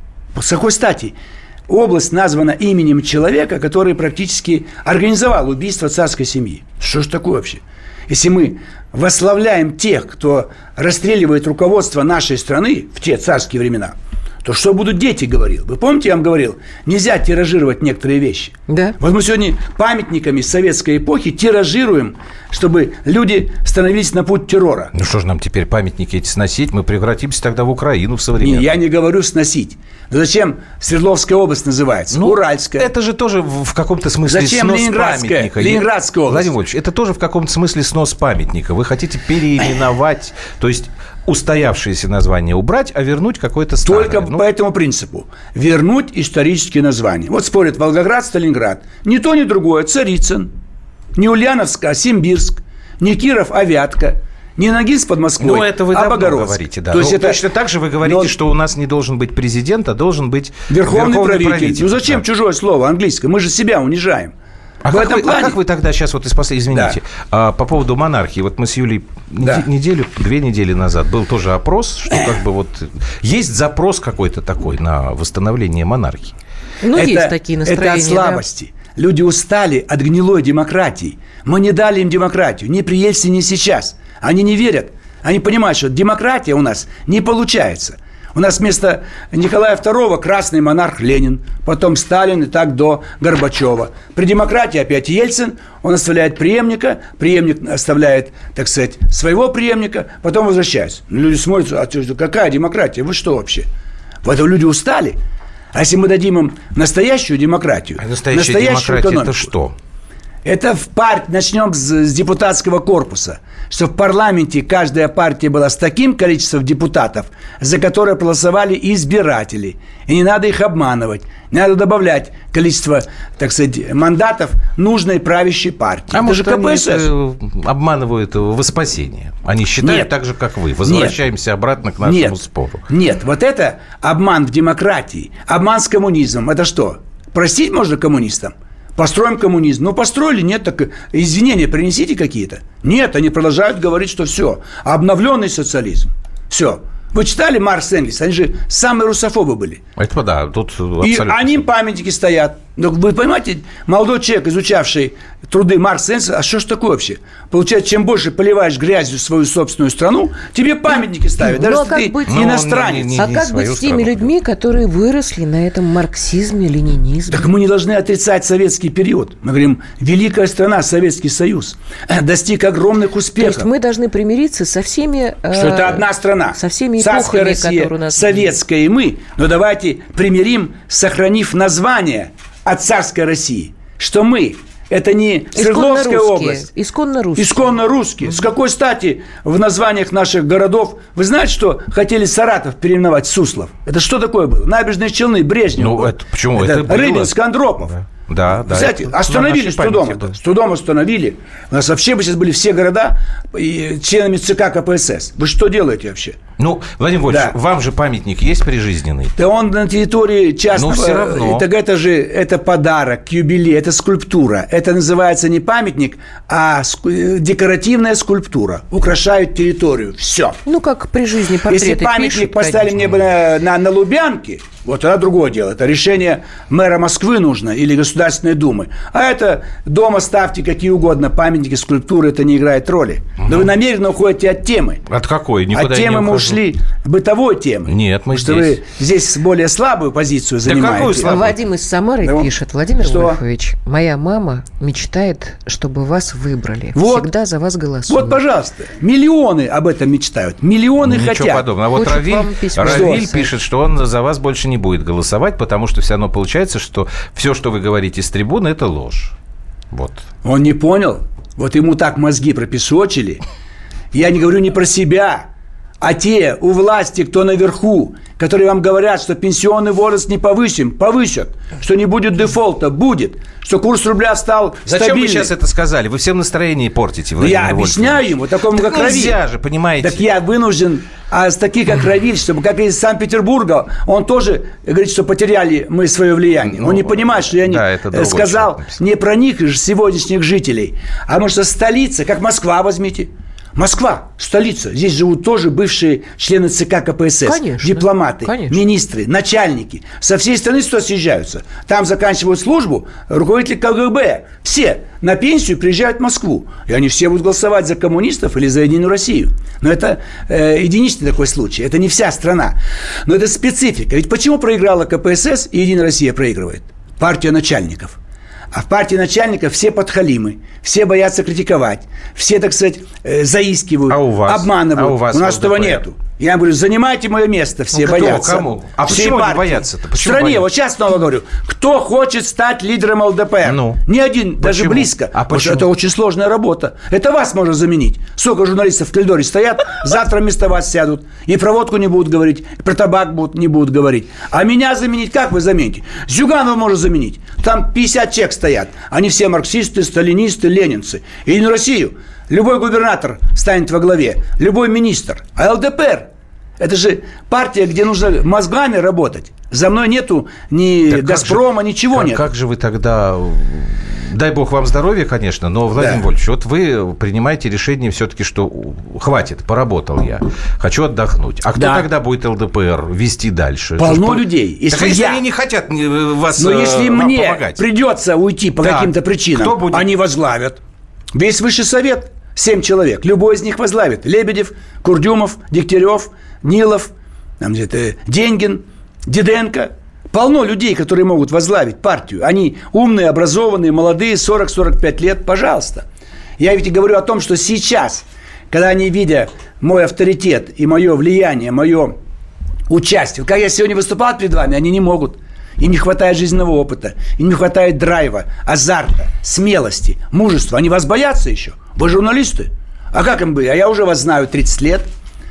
С какой стати? Область названа именем человека, который практически организовал убийство царской семьи. Что ж такое вообще? Если мы восславляем тех, кто расстреливает руководство нашей страны в те царские времена, то что будут дети, говорил. Вы помните, я вам говорил, нельзя тиражировать некоторые вещи.
Да.
Вот мы сегодня памятниками советской эпохи тиражируем, чтобы люди становились на путь террора.
Ну что же нам теперь памятники эти сносить? Мы превратимся тогда в Украину в современную.
Я не говорю сносить. Но зачем Свердловская область называется? Уральская.
Это же тоже в каком-то смысле снос памятника.
Ленинградская область.
Владимир Вольфович, это тоже в каком-то смысле снос памятника. Вы хотите переименовать, то есть устоявшееся название убрать, а вернуть какое-то старое.
Только по этому принципу. Вернуть исторические названия. Вот спорят Волгоград, Сталинград. Ни то, ни другое. Царицын. Не Ульяновск, а Симбирск. Не Киров, а Вятка. Не Ногинск под Москвой,
ну, это вы
а Богородск.
Говорите, да.
То есть это...
Точно так же вы говорите, что у нас не должен быть президент, а должен быть
верховный правитель. Ну зачем чужое слово английское? Мы же себя унижаем.
А как вы тогда сейчас, вот извините, по поводу монархии, вот мы с Юлей две недели назад был тоже опрос, что как бы вот есть запрос какой-то такой на восстановление монархии.
Ну, есть такие настроения.
Это от слабости. Да? Люди устали от гнилой демократии. Мы не дали им демократию, ни при Ельцине, ни сейчас. Они не верят. Они понимают, что демократия у нас не получается. У нас вместо Николая II красный монарх Ленин, потом Сталин и так до Горбачева. При демократии опять Ельцин, он оставляет преемника, преемник оставляет, так сказать, своего преемника, потом возвращается. Люди смотрят, а какая демократия, вы что вообще? Поэтому люди устали. А если мы дадим им настоящую демократию,
настоящую демократию, это что?
Это начнем с депутатского корпуса, что в парламенте каждая партия была с таким количеством депутатов, за которые проголосовали избиратели. И не надо их обманывать. Не надо добавлять количество, так сказать, мандатов нужной правящей партии.
А может, они обманывают во спасение? Они считают так же, как вы. Возвращаемся обратно к нашему спору.
Нет, вот это обман в демократии. Обман с коммунизмом. Это что? Простить можно коммунистам? Построим коммунизм. Ну, построили, нет, так извинения принесите какие-то. Нет, они продолжают говорить, что все. Обновленный социализм. Все. Вы читали Маркс и Энгельс? Они же самые русофобы были.
Это да, тут абсолютно.
И они памятники стоят. Но вы понимаете, молодой человек, изучавший труды Маркса и Энгельса, а что ж такое вообще? Получается, чем больше поливаешь грязью свою собственную страну, тебе памятники ставят. Даже если ты иностранец.
А как быть с теми людьми, которые выросли на этом марксизме, ленинизме?
Так мы не должны отрицать советский период. Мы говорим, великая страна, Советский Союз, достиг огромных успехов.
То есть мы должны примириться со всеми...
Что это одна страна.
Со всеми
Царская
эпохами,
Россия,
которые у нас...
советская и мы. Но давайте примирим, сохранив название от царской России, что мы – это не Свердловская область.
Исконно русские.
Исконно русские. С какой стати в названиях наших городов? Вы знаете, что хотели Саратов переименовать Суслов? Это что такое было? Набережные Челны, Брежнев.
Ну, это почему?
Это Рыбинск, Андропов. Да.
Да.
Кстати, остановили с трудом. С трудом остановили. У нас вообще бы сейчас были все города членами ЦК КПСС. Вы что делаете вообще?
Ну, Владимир Вольфович, вам же памятник есть прижизненный? Да
он на территории частного...
Ну, все равно.
Так это подарок, юбилей, это скульптура. Это называется не памятник, а декоративная скульптура. Украшают территорию. Все.
Ну, как при жизни портреты
Если памятник
пишут,
поставили мне бы на Лубянке, вот это другое дело. Это решение мэра Москвы нужно или Государственной Думы. А это дома ставьте какие угодно памятники, скульптуры, это не играет роли. Но вы намеренно уходите от темы.
От какой? Никуда
от темы мы ушли. Бытовой темы.
Нет, мы
здесь. Вы здесь более слабую позицию занимаете.
Какую слабую?
Вадим из Самары пишет. Владимир Вольфович, моя мама мечтает, чтобы вас выбрали. Вот. Всегда за вас голосуют.
Вот, пожалуйста. Миллионы об этом мечтают. Миллионы хотят.
Ничего подобного. А вот Равиль пишет, что он за вас больше не будет голосовать, потому что все равно получается, что все, что вы говорите с трибуны, это ложь. Вот.
Он не понял. Вот ему так мозги пропесочили. Я не говорю не про себя, а те у власти, кто наверху, которые вам говорят, что пенсионный возраст не повысят, что не будет дефолта, будет, что курс рубля стал стабильным.
Зачем вы сейчас это сказали? Вы всем настроение портите, Владимир
Я
Вольфович.
объясняю ему, такому как Равиль.
Нельзя же, понимаете.
Так я вынужден, с таких как Равиль, чтобы как из Санкт-Петербурга, он тоже говорит, что потеряли мы свое влияние. Он не понимает, что я сказал не про них, сегодняшних жителей, а потому что столица, как Москва возьмите. Москва, столица. Здесь живут тоже бывшие члены ЦК КПСС.
Конечно,
дипломаты, министры, начальники. Со всей страны сюда съезжаются. Там заканчивают службу руководители КГБ. Все на пенсию приезжают в Москву. И они все будут голосовать за коммунистов или за Единую Россию. Но это единичный такой случай. Это не вся страна. Но это специфика. Ведь почему проиграла КПСС и Единая Россия проигрывает? Партия начальников. А в партии начальников все подхалимы, все боятся критиковать, все, так сказать, заискивают, обманывают. У нас этого нету. Я говорю, занимайте мое место, все боятся.
Кому? А почему они боятся-то?
В стране, вот сейчас снова говорю, кто хочет стать лидером ЛДПР? Ни один, даже близко.
А почему?
Это очень сложная работа. Это вас можно заменить. Сколько журналистов в коридоре стоят, завтра вместо вас сядут. И про водку не будут говорить, и про табак не будут говорить. А меня заменить, как вы замените? Зюганова можно заменить. Там 50 человек стоят. Они все марксисты, сталинисты, ленинцы. И Единую Россию любой губернатор станет во главе, любой министр. А ЛДПР – это же партия, где нужно мозгами работать. За мной нету ни «Газпрома», ничего нет.
Как же вы тогда... Дай бог вам здоровья, конечно, но, Владимир Вольфович, вот вы принимаете решение все-таки, что хватит, поработал я, хочу отдохнуть. А кто тогда будет ЛДПР вести дальше?
Полно людей.
Если они не хотят вас
Но если мне
помогать.
Придется уйти по каким-то причинам, они возглавят. Весь Высший Совет, 7 человек, любой из них возглавит. Лебедев, Курдюмов, Дегтярев, Нилов, Деньгин, Диденко. Полно людей, которые могут возглавить партию. Они умные, образованные, молодые, 40-45 лет. Пожалуйста. Я ведь и говорю о том, что сейчас, когда они, видя мой авторитет и мое влияние, мое участие, как я сегодня выступал перед вами, они не могут. Им не хватает жизненного опыта, им не хватает драйва, азарта, смелости, мужества. Они вас боятся еще. Вы журналисты. А как им быть? А я уже вас знаю 30 лет.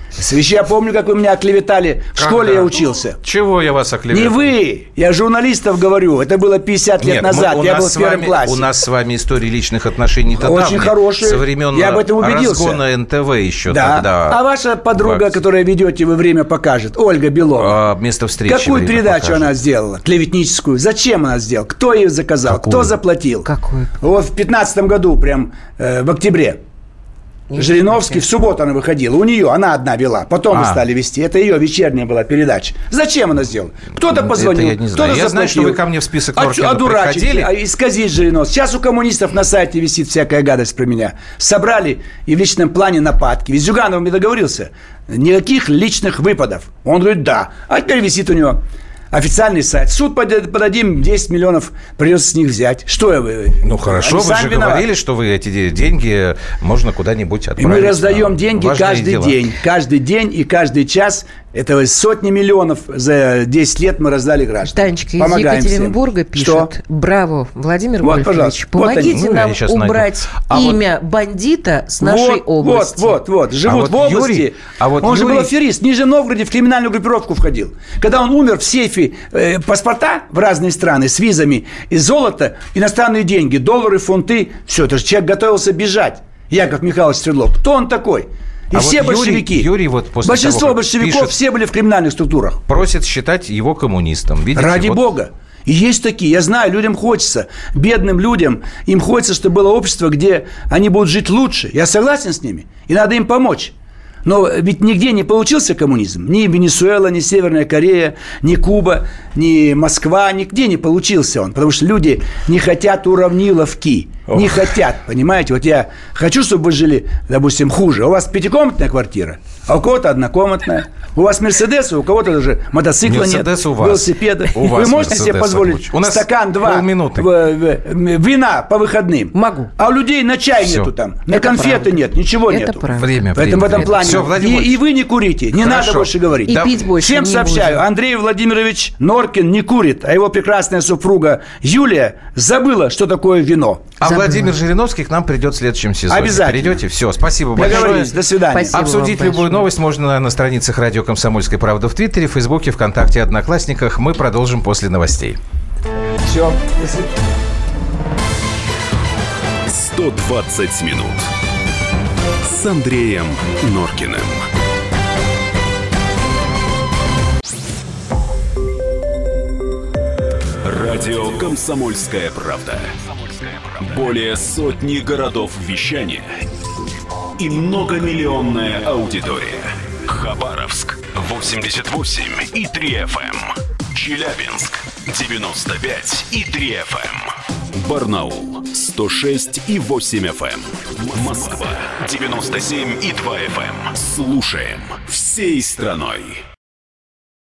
Я помню, как вы меня оклеветали. В школе я учился.
Чего я вас оклеветал?
Не вы. Я журналистов говорю. Это было 50 лет назад. Я был в первом классе.
У нас с вами история личных отношений-то
очень хорошая.
Со времен
я об этом убедился.
разгона НТВ еще
тогда. А ваша подруга, которая ведете «Вы время покажет», Ольга Белова.
Место встречи.
Какую передачу она сделала? Клеветническую. Зачем она сделала? Кто ее заказал? Какую? Кто заплатил?
Какую?
Вот в 2015 году, прям в октябре. Жириновский, в субботу она выходила. У нее, она одна вела. Потом мы стали вести. Это ее вечерняя была передача. Зачем она сделала? Кто-то позвонил, кто-то заплатил.
Я знаю, что вы ко мне в список Норкина приходили.
Исказить Жириновский. Сейчас у коммунистов на сайте висит всякая гадость про меня. Собрали и в личном плане нападки. Ведь Зюганов мне договорился. Никаких личных выпадов. Он говорит, да. А теперь висит у него официальный сайт. Суд подадим, 10 миллионов придется с них взять. Что вы?
Ну, хорошо, вы же говорили, что вы эти деньги можно куда-нибудь отправить.
И мы раздаем деньги каждый день. Каждый день и каждый час Это сотни миллионов за 10 лет мы раздали гражданам.
Танечка из Екатеринбурга пишет.
Что?
Браво, Владимир
вот,
Вольфович, помогите нам убрать имя бандита с нашей области.
Вот. Живут в области.
Юрий,
он же был аферист. В Нижнем Новгороде в криминальную группировку входил. Когда он умер, в сейфе паспорта в разные страны с визами и золото, иностранные деньги, доллары, фунты. Все, это же человек готовился бежать. Яков Михайлович Свердлов. Кто он такой? И все большевики, большинство большевиков все были в криминальных структурах.
Просит считать его коммунистом. Видите,
ради бога. И есть такие, я знаю, людям хочется, бедным людям, им хочется, чтобы было общество, где они будут жить лучше. Я согласен с ними, и надо им помочь. Но ведь нигде не получился коммунизм. Ни Венесуэла, ни Северная Корея, ни Куба, ни Москва. Нигде не получился он. Потому что люди не хотят уравниловки. Не хотят, понимаете? Вот я хочу, чтобы вы жили, допустим, хуже. У вас пятикомнатная квартира, а у кого-то однокомнатная. У вас Мерседес, у кого-то даже мотоцикла
Мерседес
нет, велосипеда. Вы можете себе позволить стакан-два вина по выходным?
Могу.
А у людей на чай нету там, на конфеты нет, ничего нету. Поэтому в этом плане. Все, и вы не курите, не надо больше говорить.
И пить больше
Всем сообщаю, Андрей Владимирович Норкин не курит, а его прекрасная супруга Юлия забыла, что такое вино.
А Владимир Жириновский к нам придет в следующем сезоне.
Обязательно.
Придете? Все, спасибо большое.
Договорились, до свидания.
Спасибо.
Обсудить любую новость можно на страницах радио «Комсомольская правда» в Твиттере, Фейсбуке, ВКонтакте, Одноклассниках. Мы продолжим после новостей.
Все.
120 минут с Андреем Норкиным. Радио «Комсомольская правда». Более сотни городов вещания и многомиллионная аудитория. Хабаровск 88,3 FM. Челябинск 95,3 FM. Барнаул 106,8 FM. Москва 97,2 FM. Слушаем всей страной.